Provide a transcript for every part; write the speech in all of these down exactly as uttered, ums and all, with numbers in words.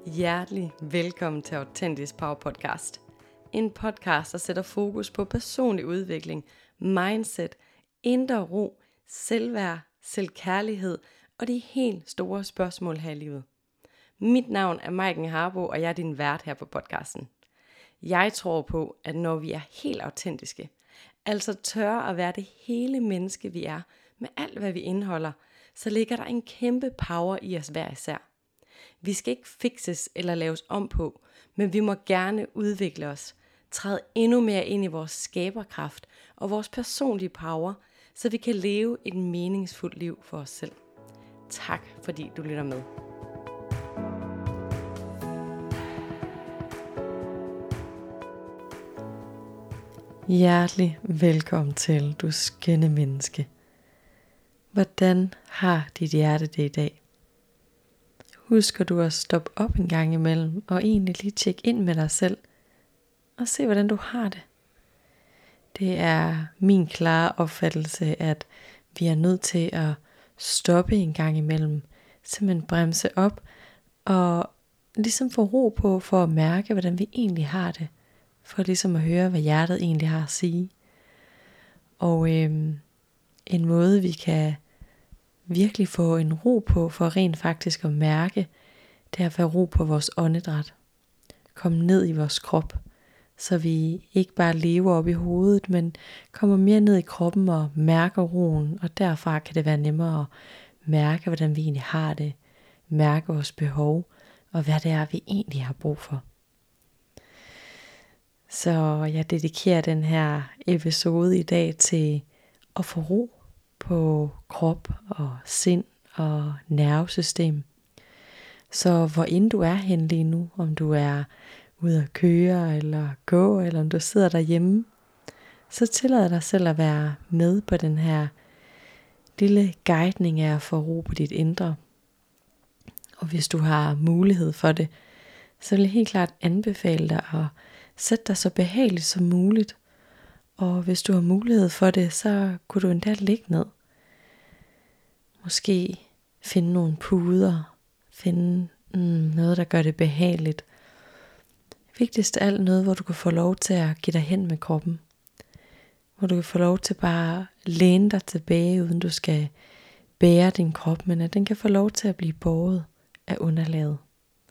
Hjertelig velkommen til Autentisk Power Podcast. En podcast, der sætter fokus på personlig udvikling, mindset, indre ro, selvværd, selvkærlighed og de helt store spørgsmål her i livet. Mit navn er Maiken Harbo, og jeg er din vært her på podcasten. Jeg tror på, at når vi er helt autentiske, altså tør at være det hele menneske vi er, med alt hvad vi indeholder, så ligger der en kæmpe power i os hver især. Vi skal ikke fikses eller laves om på, men vi må gerne udvikle os, træde endnu mere ind i vores skaberkraft og vores personlige power, så vi kan leve et meningsfuldt liv for os selv. Tak fordi du lytter med. Hjertelig velkommen til, du skønne menneske. Hvordan har dit hjerte det i dag? Husker du at stoppe op en gang imellem og egentlig lige tjekke ind med dig selv og se hvordan du har det? Det er min klare opfattelse, at vi er nødt til at stoppe en gang imellem, simpelthen bremse op og ligesom få ro på for at mærke hvordan vi egentlig har det, for ligesom at høre hvad hjertet egentlig har at sige. Og øhm, en måde vi kan virkelig få en ro på, for rent faktisk at mærke, det er at være ro på vores åndedræt. Kom ned i vores krop, så vi ikke bare lever op i hovedet, men kommer mere ned i kroppen og mærker roen, og derfra kan det være nemmere at mærke, hvordan vi egentlig har det, mærke vores behov, og hvad det er, vi egentlig har brug for. Så jeg dedikerer den her episode i dag til at få ro på krop og sind og nervesystem. Så hvor end du er hen lige nu, om du er ude at køre eller gå, eller om du sidder derhjemme, så tillad dig selv at være med på den her lille guidning af at få ro på dit indre. Og hvis du har mulighed for det, så vil jeg helt klart anbefale dig at sætte dig så behageligt som muligt. Og hvis du har mulighed for det, så kunne du endda ligge ned. Måske finde nogle puder, finde mm, noget, der gør det behageligt. Vigtigst af alt noget, hvor du kan få lov til at give dig hen med kroppen. Hvor du kan få lov til bare at læne dig tilbage, uden du skal bære din krop, men at den kan få lov til at blive båret af underlaget.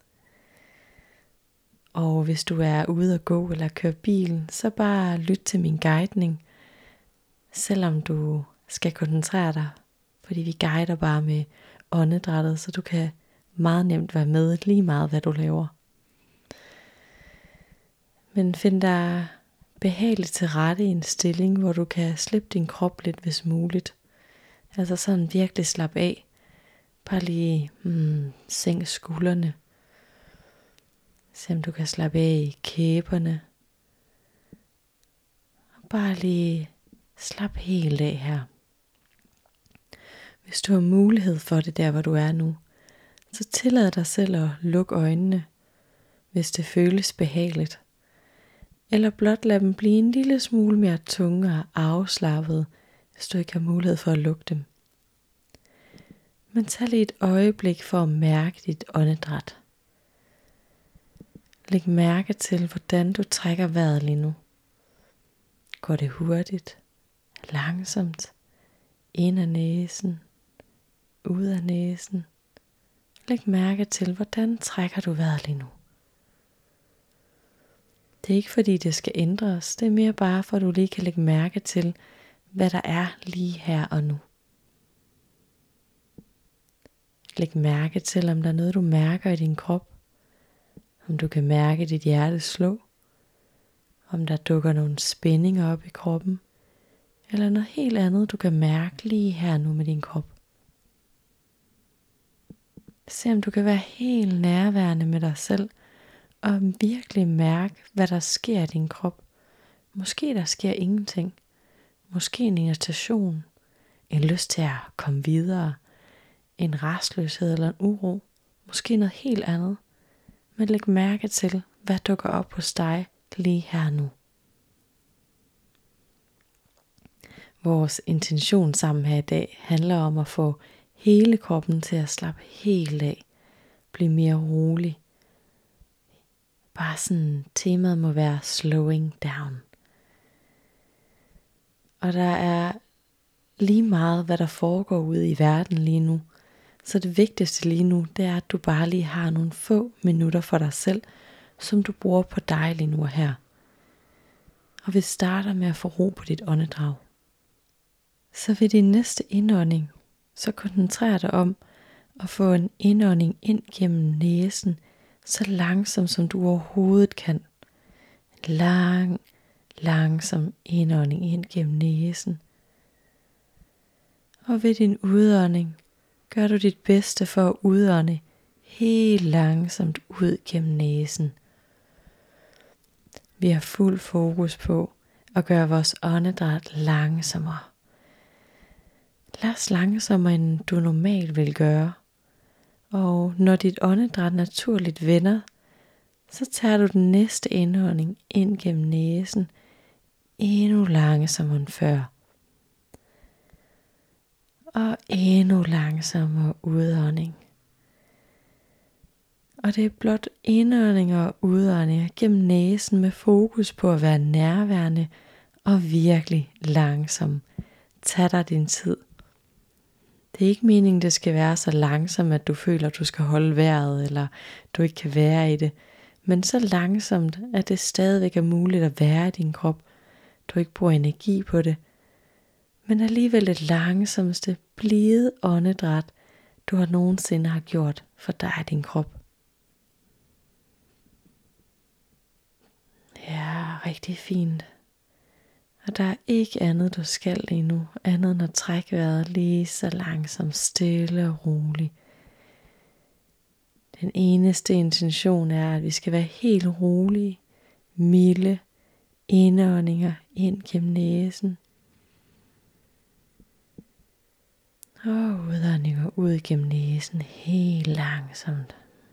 Og hvis du er ude at gå eller køre bil, så bare lyt til min guidning, selvom du skal koncentrere dig, fordi vi guider bare med åndedrættet, så du kan meget nemt være med lige meget hvad du laver. Men find dig behageligt til rette i en stilling, hvor du kan slippe din krop lidt hvis muligt. Altså sådan virkelig slap af. Bare lige hmm, sænk skuldrene. Se om du kan slappe af i kæberne. Og bare lige slap helt af her. Hvis du har mulighed for det der hvor du er nu, så tillad dig selv at lukke øjnene, hvis det føles behageligt. Eller blot lad dem blive en lille smule mere tunge og afslappet, hvis du ikke har mulighed for at lukke dem. Men tag lige et øjeblik for at mærke dit åndedræt. Læg mærke til, hvordan du trækker vejret lige nu. Går det hurtigt, langsomt, ind af næsen, ud af næsen. Læg mærke til, hvordan trækker du vejret lige nu. Det er ikke fordi det skal ændres, det er mere bare for at du lige kan lægge mærke til, hvad der er lige her og nu. Læg mærke til, om der er noget du mærker i din krop. Om du kan mærke dit hjerte slå. Om der dukker nogle spændinger op i kroppen. Eller noget helt andet du kan mærke lige her nu med din krop. Se om du kan være helt nærværende med dig selv. Og virkelig mærke hvad der sker i din krop. Måske der sker ingenting. Måske en irritation. En lyst til at komme videre. En rastløshed eller en uro. Måske noget helt andet. Men læg mærke til, hvad dukker op hos dig lige her nu. Vores intention sammen her i dag handler om at få hele kroppen til at slappe helt af. Blive mere rolig. bare sådan, temaet må være slowing down. Og der er lige meget, hvad der foregår ude i verden lige nu. Så det vigtigste lige nu, det er, at du bare lige har nogle få minutter for dig selv, som du bruger på dig lige nu og her. Og vi starter med at få ro på dit åndedrag. Så ved din næste indånding, så koncentrer dig om at få en indånding ind gennem næsen, så langsomt som du overhovedet kan. Lang, langsom indånding ind gennem næsen. Og ved din udånding, gør du dit bedste for at udånde helt langsomt ud gennem næsen. Vi har fuld fokus på at gøre vores åndedræt langsommere. Lad os langsommere, end du normalt vil gøre. Og når dit åndedræt naturligt vender, så tager du den næste indånding ind gennem næsen endnu langsommere end før. Og endnu langsommere udånding. Og det er blot indåndinger og udåndinger gennem næsen med fokus på at være nærværende og virkelig langsom. Tag dig din tid. Det er ikke meningen, det skal være så langsomt, at du føler, at du skal holde vejret, eller du ikke kan være i det. Men så langsomt, at det stadigvæk er muligt at være i din krop. Du ikke bruger energi på det. Men alligevel det langsomste, blide åndedræt, du har nogensinde har gjort for dig og din krop. Ja, rigtig fint. Og der er ikke andet du skal lige nu, andet end at trække vejret lige så langsomt, stille og roligt. Den eneste intention er, at vi skal være helt rolige, milde indåndinger ind gennem næsen. Og udåndinger ud gennem næsen helt langsomt.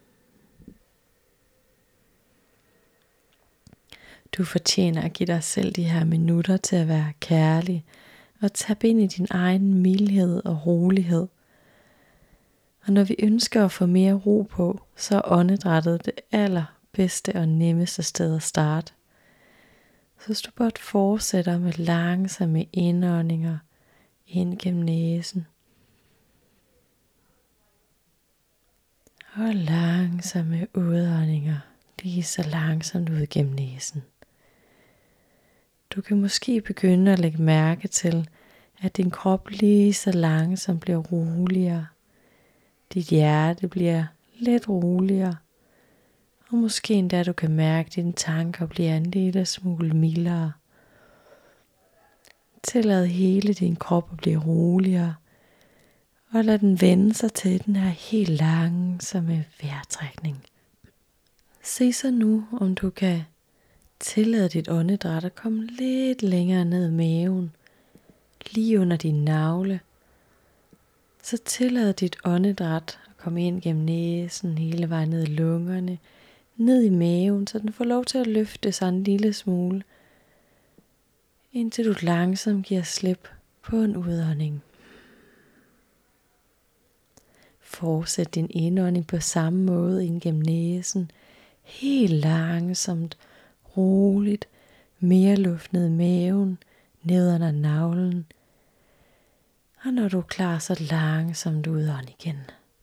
Du fortjener at give dig selv de her minutter til at være kærlig og tabe ind i din egen mildhed og rolighed. Og når vi ønsker at få mere ro på, så er åndedrættet det allerbedste og nemmeste sted at starte. Så hvis du bare fortsætter med langsomme indåndinger ind gennem næsen. Og langsomme udåndinger lige så langsomt ud gennem næsen. Du kan måske begynde at lægge mærke til, at din krop lige så langsomt bliver roligere. Dit hjerte bliver lidt roligere. Og måske endda du kan mærke, at dine tanker bliver en lille smule mildere. Tillad hele din krop at blive roligere. Og lad den vende sig til den her helt langsomme vejrtrækning. Se så nu, om du kan tillade dit åndedræt at komme lidt længere ned i maven, lige under din navle. Så tillad dit åndedræt at komme ind gennem næsen, hele vejen ned i lungerne, ned i maven, så den får lov til at løfte sig en lille smule, indtil du langsomt giver slip på en udånding. Fortsæt din indånding på samme måde ind gennem næsen, helt langsomt, roligt, mere luft ned i maven, ned under navlen. Og når du er klar, så langsomt udånd igen.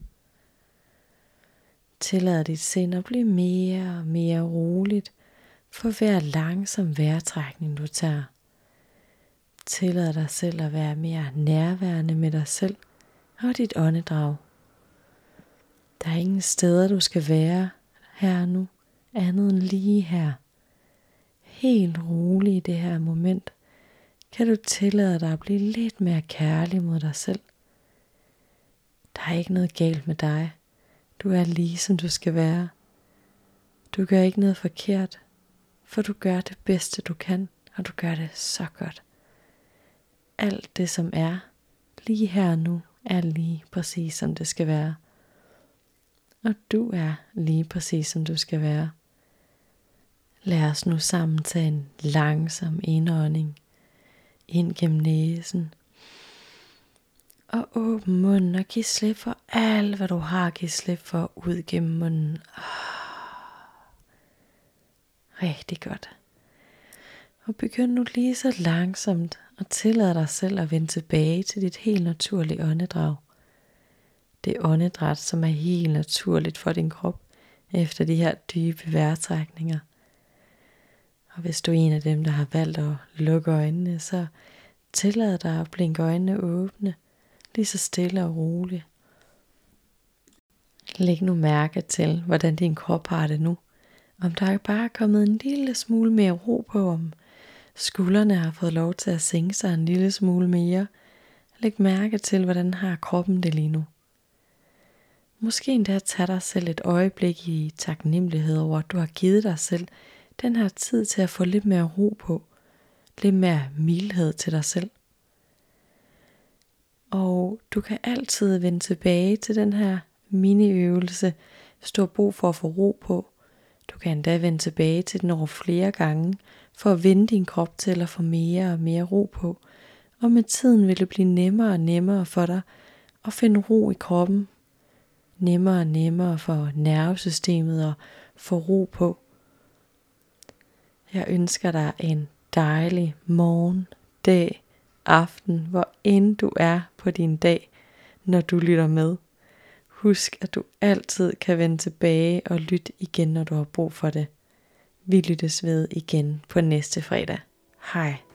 Tillad dit sind at blive mere og mere roligt for hver langsom vejrtrækning du tager. Tillad dig selv at være mere nærværende med dig selv og dit åndedrag. Der er ingen steder du skal være her nu, andet end lige her. Helt rolig i det her moment, kan du tillade dig at blive lidt mere kærlig mod dig selv. Der er ikke noget galt med dig. Du er lige som du skal være. Du gør ikke noget forkert, for du gør det bedste du kan, og du gør det så godt. Alt det som er lige her nu, er lige præcis som det skal være. Og du er lige præcis som du skal være. Lad os nu sammen tage en langsom indånding ind gennem næsen. Og åbn munden og giv slip for alt hvad du har givet slip for ud gennem munden. Rigtig godt. Og begynd nu lige så langsomt at tillade dig selv at vende tilbage til dit helt naturlige åndedrag. Det åndedræt, som er helt naturligt for din krop efter de her dybe vejrtrækninger. Og hvis du er en af dem, der har valgt at lukke øjnene, så tillad dig at blinke øjnene åbne, lige så stille og roligt. Læg nu mærke til, hvordan din krop har det nu. Om der er bare kommet en lille smule mere ro på, om skuldrene har fået lov til at sænke sig en lille smule mere. Læg mærke til, hvordan har kroppen det lige nu. Måske endda tage dig selv et øjeblik i taknemmelighed over, at du har givet dig selv den her tid til at få lidt mere ro på. Lidt mere mildhed til dig selv. Og du kan altid vende tilbage til den her miniøvelse, hvis du har brug for at få ro på. Du kan endda vende tilbage til den over flere gange, for at vende din krop til at få mere og mere ro på. Og med tiden vil det blive nemmere og nemmere for dig at finde ro i kroppen. Nemmere og nemmere for nervesystemet at få ro på. Jeg ønsker dig en dejlig morgen, dag, aften, hvor end du er på din dag, når du lytter med. Husk, at du altid kan vende tilbage og lytte igen, når du har brug for det. Vi lyttes ved igen på næste fredag. Hej.